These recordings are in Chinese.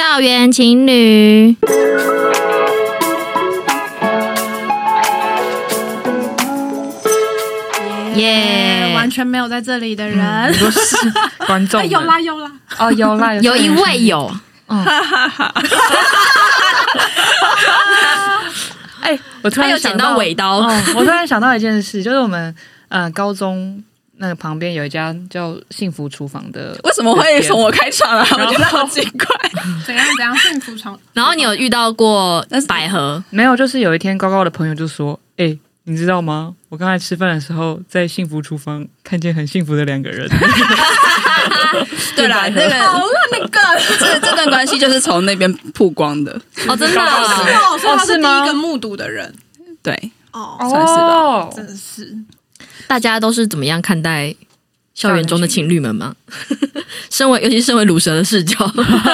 校园情侣。耶！ 完全没有在这里的人， 都是观众、 有啦有啦， 哦有啦， 有一位有， 哎，我突然有捡到尾刀， 我突然想到一件事，就是我们高中那个旁边有一家叫幸福厨房的， 为什么会从我开场啊？我觉得好奇怪。 怎样幸福床？ 然后你有遇到过百合？ 没有，就是有一天高高的朋友就说：“哎，你知道吗？我刚才吃饭的时候，在幸福厨房看见很幸福的2个人。” 对啦，那个好了，那个这段关系就是从那边曝光的。 哦，真的哦，所以他是第是吗一个目睹的人。 对， 哦， 算是吧。 真的是。 大家都是怎么样看待校园中的情侣们吗？尤其身为鲁蛇的视角，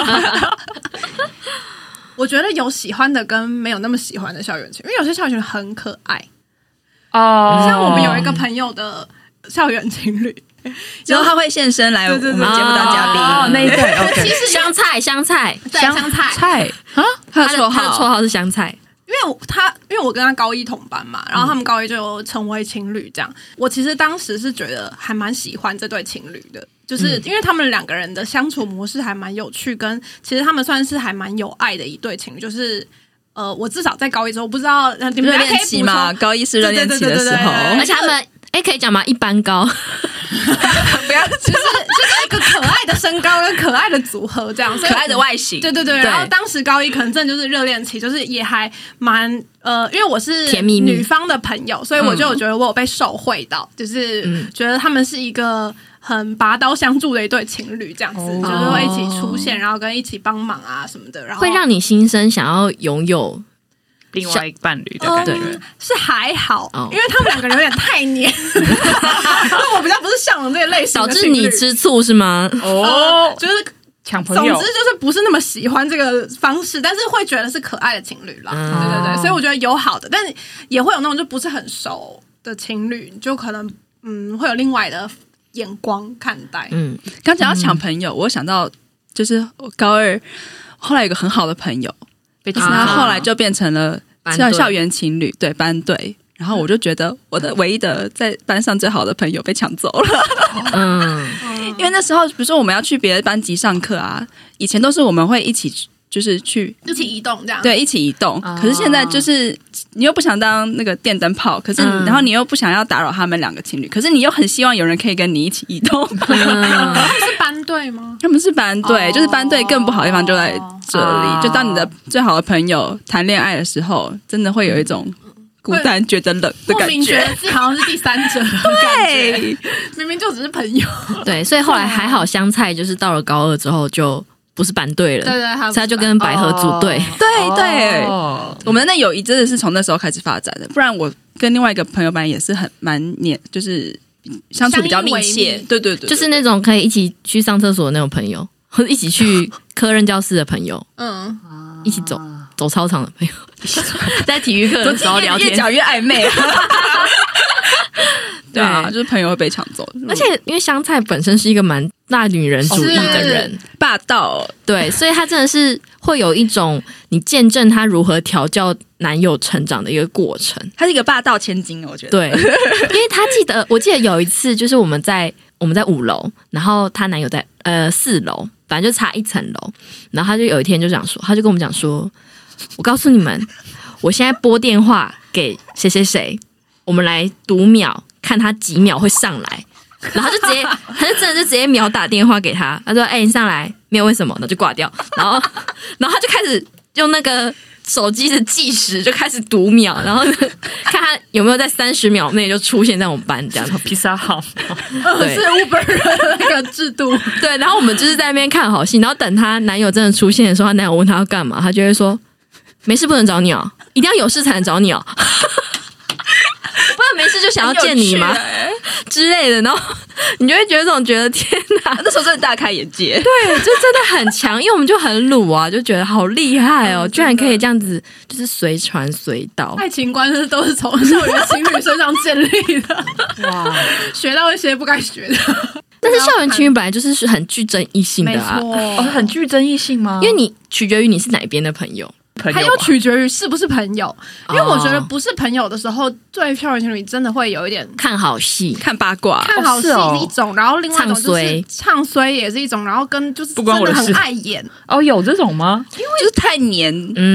我觉得有喜欢的跟没有那么喜欢的校园情侣，因为有些校园情侣很可爱。 哦， 像我们有一个朋友的校园情侣， 之后他会现身来我们节目当嘉宾。 哦，那一对 OK， 香菜， 对香菜啊， 他的绰他的绰号号是香菜。 因为我跟他高一同班嘛，然后他们高一就成为情侣这样。我其实当时是觉得还蛮喜欢这对情侣的，就是因为他们2个人的相处模式还蛮有趣，跟其实他们算是还蛮有爱的一对情侣。就是我至少在高一之后，不知道你们热恋期嘛，高一是热恋期的时候， 而且他们可以讲吗？一般高， 不要就是一个可爱的身高跟可爱的组合这样， 可爱的外形。 对。然后当时高一可能真的就是热恋期，就是也还蛮因为我是甜蜜蜜女方的朋友，所以我就觉得我有被受惠到，就是觉得他们是一个很拔刀相助的一对情侣，这样子就是会一起出现，然后跟一起帮忙啊什么的，然后会让你心生想要拥有另外一个伴侣的感觉。 是还好，因为他们2个人有点太黏，那我比较不是向往这个类型导致的情侣， 你吃醋是吗？ 哦， 就是抢朋友， 总之就是不是那么喜欢这个方式，但是会觉得是可爱的情侣啦。对，所以我觉得有好的，但是也会有那种就不是很熟的情侣，就可能会有另外的眼光看待。 刚讲到抢朋友，我想到就是我高二后来有个很好的朋友，他后来就变成了校园情侣，对，班队。然后我就觉得我的唯一的在班上最好的朋友被抢走了。因为那时候比如说我们要去别的班级上课啊，以前都是我们会一起就是去一起移动这样， 对，一起移动。可是现在就是你又不想当那个电灯泡，可是然后你又不想要打扰他们2个情侣，可是你又很希望有人可以跟你一起移动。 他们是班队吗？ 他们是班队，就是班队更不好的地方就在这里。就当你的最好的朋友谈恋爱的时候，真的会有一种孤单觉得冷的感莫名觉觉， 得自己好像是第三者的感觉，明明就只是朋友。 对，所以后来还好，香菜就是到了高2之后就不是班队了， 对， 他就跟百合组队。 对，我们的友谊真的是从那时候开始发展的，不然我跟另外一个朋友班也是蛮就是相处比较密切，对， 就是那种可以一起去上厕所的那种朋友，或者一起去科任教室的朋友，一起走操场的朋友，在体育课的时候聊天， 越讲越暧昧。对啊，就是朋友会被抢走， 而且因为香菜本身是一个蛮大女人主义的人， 霸道，对， 所以她真的是会有一种你见证她如何调教男友成长的一个过程。 她是一个霸道千金，我觉得。 对，因为我记得有一次，就是我们在5楼，然后她男友在4楼，反正就差1层楼，然后她就有一天就讲说，她就跟我们讲说，我告诉你们，我现在拨电话给谁谁谁，我们来读秒。看他几秒会上来，然后他就真的就直接秒打电话给他，他说：“你上来，没有为什么，然后就挂掉。”然后他就开始用那个手机的计时，就开始读秒，然后看他有没有在30秒内就出现在我们班这样。 披萨好， 对， 是 Uber 的那个制度。 对，然后我们就是在那边看好戏，然后等她男友真的出现的时候，她男友问她要干嘛，她就会说：“没事不能找你哦，一定要有事才能找你哦。”不然没事就想要见你吗？之类的，然后你就会觉得天哪， 那时候真的大开眼界。 对，就真的很强，因为我们就很鲁啊，就觉得好厉害哦，居然可以这样子，就是随传随到。 爱情观都是从校园情侣身上建立的，哇，学到一些不该学的。 但是校园情侣本来就是很具争议性的啊， 很具争议性吗？ 因为你取决于你是哪边的朋友。 还有取决于是不是朋友，因为我觉得不是朋友的时候，对校园情侣真的会有一点看好戏、 看八卦、 看好戏一种，然后另外一种就是唱衰也是一种，然后跟就是真的很爱演有这种吗？ 因为就是太黏，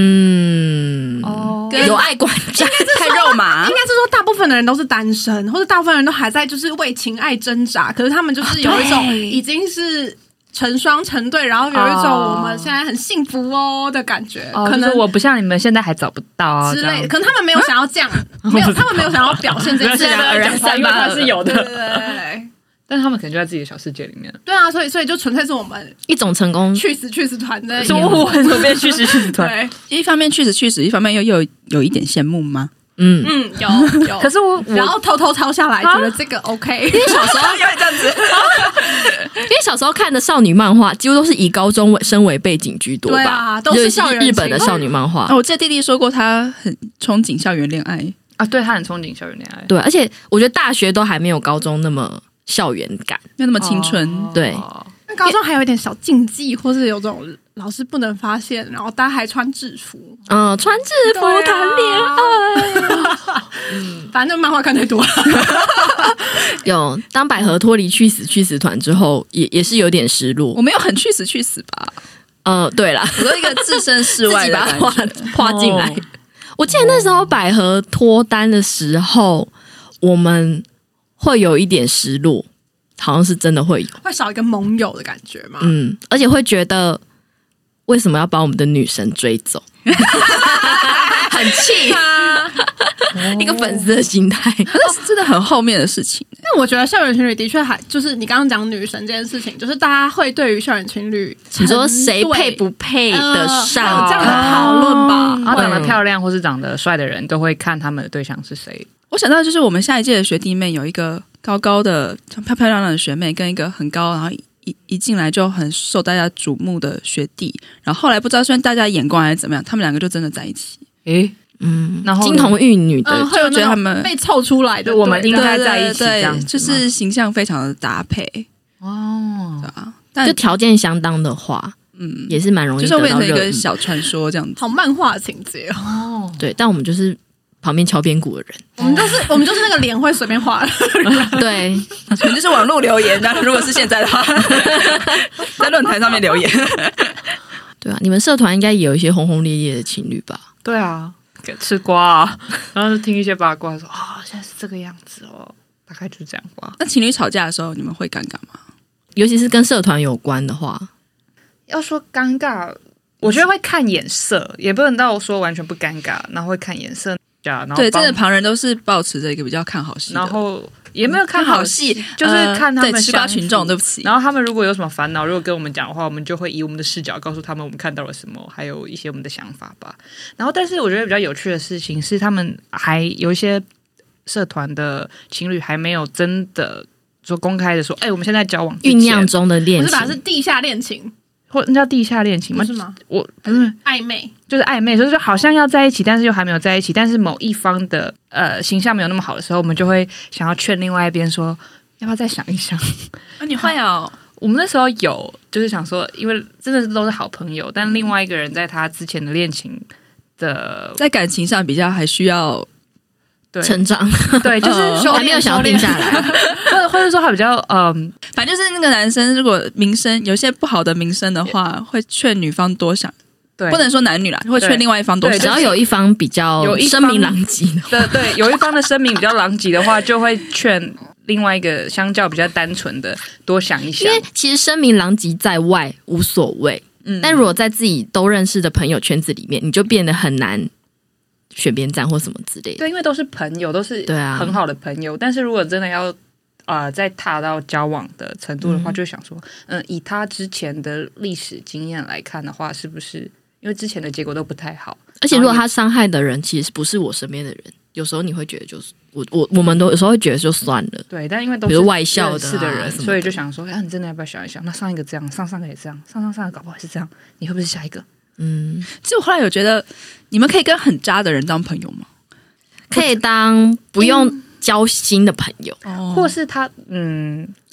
有爱观战， 太肉麻。 应该是说大部分的人都是单身，或者大部分人都还在就是为情爱挣扎，可是他们就是有一种已经是成双成对，然后有一种我们现在很幸福的感觉。可能我不像你们现在还找不到之类的，可能他们没有想要这样，他们没有想要表现这件事情， 而然散发是有的。 对， 但是他们可能就在自己的小世界里面。 对啊，所以就纯粹是我们一种成功去死团的。 怎么变去死团？ 对， 一方面去死，一方面又有一点羡慕吗？ 有。 可是我然后偷抄下来，觉得这个 OK。 因为小时候有点这样子， 因为小时候看的少女漫画几乎都是以高中生为背景居多吧， 对啊，都是校园日本的少女漫画。 我记得弟弟说过他很憧憬校园恋爱啊，对，他很憧憬校园恋爱。 对，而且我觉得大学都还没有高中那么校园感， 没有那么青春。 对。 高中还有一点小禁忌，或是有种老师不能发现，然后大家还穿制服， 穿制服谈恋爱， 反正漫画看太多了。 有当百合脱离去死团之后，也是有点失落。 我没有很去死吧？ 对啦， 我说一个置身事外的感觉， 自己把它画进来。我记得那时候百合脱单的时候，我们会有一点失落。好像是真的会有， 会少一个盟友的感觉嘛？ 而且会觉得为什么要把我们的女神追走，很气一个粉丝的心态。 那是真的很后面的事情。 那我觉得校园情侣的确还就是你刚刚讲女神这件事情，就是大家会对于校园情侣， 你说谁配不配得上这样的讨论吧？ 然后长得漂亮或是长得帅的人都会看他们的对象是谁。 我想到就是我们下一届的学弟妹有一个高高的漂漂亮亮的学妹，跟一个很高然后一进来就很受大家瞩目的学弟，然后后来不知道虽然大家眼光还是怎么样，他们两个就真的在一起。 然后金童玉女的， 会觉得他们被凑出来的， 我们应该在一起， 这样就是形象非常的搭配对啊。但就条件相当的话，也是蛮容易得到就是变成一个小传说这样子， 好漫画情节对，但我们就是旁边敲边鼓的人， 我们就是那个脸会随便画的人， 对， 可能就是网络留言。如果是现在的话，在论坛上面留言。 对啊，你们社团应该也有一些轰轰烈烈的情侣吧？ 对啊，吃瓜啊，然后就听一些八卦说现在是这个样子大概就是这样吧。 那情侣吵架的时候，你们会尴尬吗？ 尤其是跟社团有关的话， 要说尴尬，我觉得会看眼色，也不能到说完全不尴尬，然后会看眼色。然后对，真的旁人都是抱持着一个比较看好戏的， 然后也没有看好戏，就是看他们吃瓜群众。对不起。 然后他们如果有什么烦恼，如果跟我们讲的话，我们就会以我们的视角告诉他们我们看到了什么，还有一些我们的想法吧。然后，但是我觉得比较有趣的事情是，他们还有一些社团的情侣还没有真的说公开的说，我们现在交往酝酿中的恋情， 不是吧？是地下恋情。 或那叫地下恋情吗？ 是吗？ 我不是暧昧， 就是暧昧，就是好像要在一起，但是又还没有在一起。但是某一方的形象没有那么好的时候，我们就会想要劝另外一边说，要不要再想一想？ 你会我们那时候有就是想说，因为真的是都是好朋友，但另外一个人在他之前的恋情的在感情上比较还需要成长， 对，就是说还没有想要定下来， 或者说他比较反正就是那个男生如果名声有些不好的名声的话，会劝女方多想， 对， 不能说男女啦，会劝另外一方多想。 只要有一方比较声名狼藉的， 对，有一方的声名比较狼藉的话，就会劝另外一个相较比较单纯的多想一想。 因为其实声名狼藉在外无所谓，但如果在自己都认识的朋友圈子里面，你就变得很难选边站或什么之类的。 对，因为都是朋友，都是很好的朋友。但是如果真的要再踏到交往的程度的话，就想说，以他之前的历史经验来看的话，是不是因为之前的结果都不太好？ 而且如果他伤害的人其实不是我身边的人，有时候你会觉得就是我们都有时候会觉得就算了。 对，但因为都是比如外校的人，所以就想说，你真的要不要想一想？那上一个这样，上个也这样，上个搞不好也是这样，你会不会是下一个？ 其实我后来有觉得，你们可以跟很渣的人当朋友吗？ 可以当不用交心的朋友， 或是他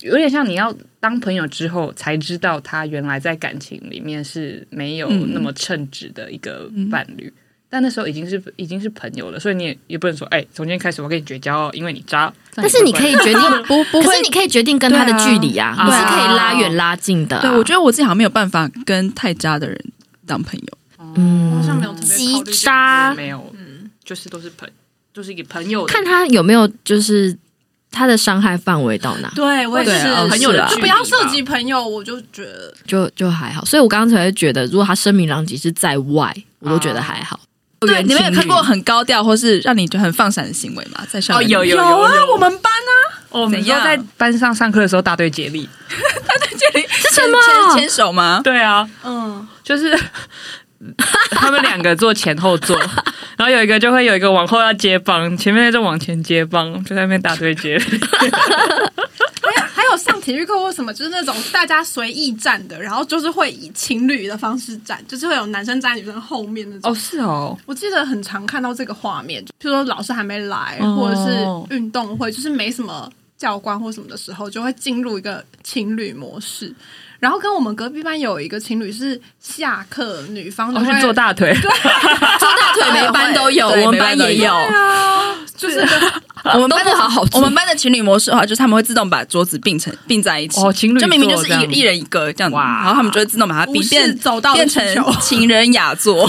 有点像你要当朋友之后才知道他原来在感情里面是没有那么称职的一个伴侣。但那时候已经是朋友了，所以你也不能说，从今天开始我跟你绝交因为你渣。 但是你可以决定可是你可以决定跟他的距离啊，你是可以拉远拉近的。 对，我觉得我自己好像没有办法跟太渣的人当朋友。 好像没有特别考虑渣， 没有，就是都是就是一个朋友的， 看他有没有就是他的伤害范围到哪。 对，我也是朋友的距离， 不要涉及朋友，我就觉得就还好。所以我刚刚才会觉得，如果他声名狼藉是在外，我都觉得还好。 对，你们有看过很高调或是让你觉得很放闪的行为吗？在校园有啊，我们班啊， 我们说在班上上课的时候大队接力， 大队接力是什么？ 牵手吗？ 对啊，就是他们2个坐前后座，然后有一个就会有一个往后要接棒，前面那就往前接棒，就在那边大队接力。 还有上体育课或什么，就是那种大家随意站的，然后就是会以情侣的方式站，就是会有男生站在女生后面那种。 是哦， 我记得很常看到这个画面，譬如说老师还没来，或者是运动会，就是没什么教官或什么的时候，就会进入一个情侣模式。然后跟我们隔壁班有一个情侣是下课女方去做大腿， 做大腿每班都有，我们班也有。 就是我们班的我们班的情侣模式的话，就是他们会自动把桌子并在一起。 情侣就明明就是一人一个这样子，然后他们就会自动把它变成情人雅座。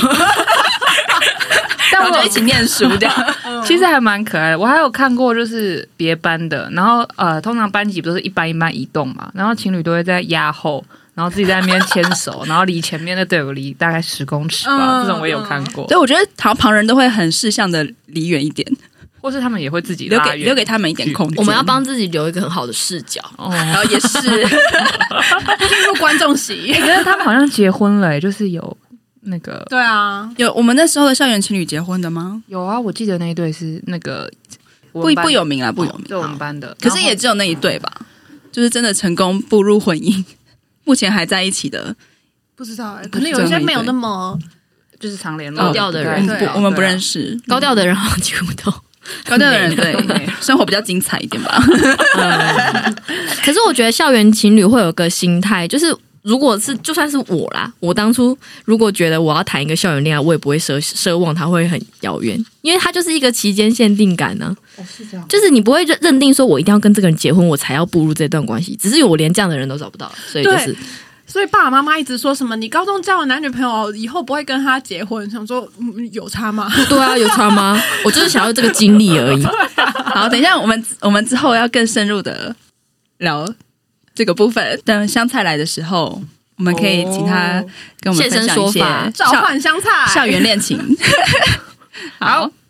然后就一起念书这样， 其实还蛮可爱的。我还有看过就是别班的，然后通常班级不是一班一班移动嘛，然后情侣都会在压后，然后自己在那边牵手，然后离前面的队伍离大概10公尺吧，这种我也有看过。 所以我觉得好像旁人都会很识相的离远一点， 或是他们也会自己留给他们一点空间。 我们要帮自己留一个很好的视角， 然后也是进入观众席。 可是他们好像结婚了，就是有那个对啊， 有我们那时候的校园情侣结婚的吗？ 有啊，我记得那一对是那个不有名啦，不有名， 对我们班的， 可是也只有那一对吧，就是真的成功步入婚姻，目前还在一起的， 不知道可能有些没有那么就是常联络高调的人， 我们不认识， 高调的人好像几乎都。 高调的人对生活比较精彩一点吧。 可是我觉得校园情侣会有个心态，就是如果是就算是我啦，我当初如果觉得我要谈一个校园恋爱，我也不会奢望它会很遥远，因为它就是一个期间限定感呢。 是这样， 就是你不会认定说我一定要跟这个人结婚，我才要步入这段关系。只是我连这样的人都找不到，所以就是。 所以爸爸妈妈一直说什么你高中交了男女朋友以后不会跟他结婚，想说有差吗？ 对啊，有差吗？我就是想要这个经历而已。 好，等一下我们之后要更深入的聊这个部分。等香菜来的时候，我们可以请他跟我们分享一些召唤香菜校园恋情。好。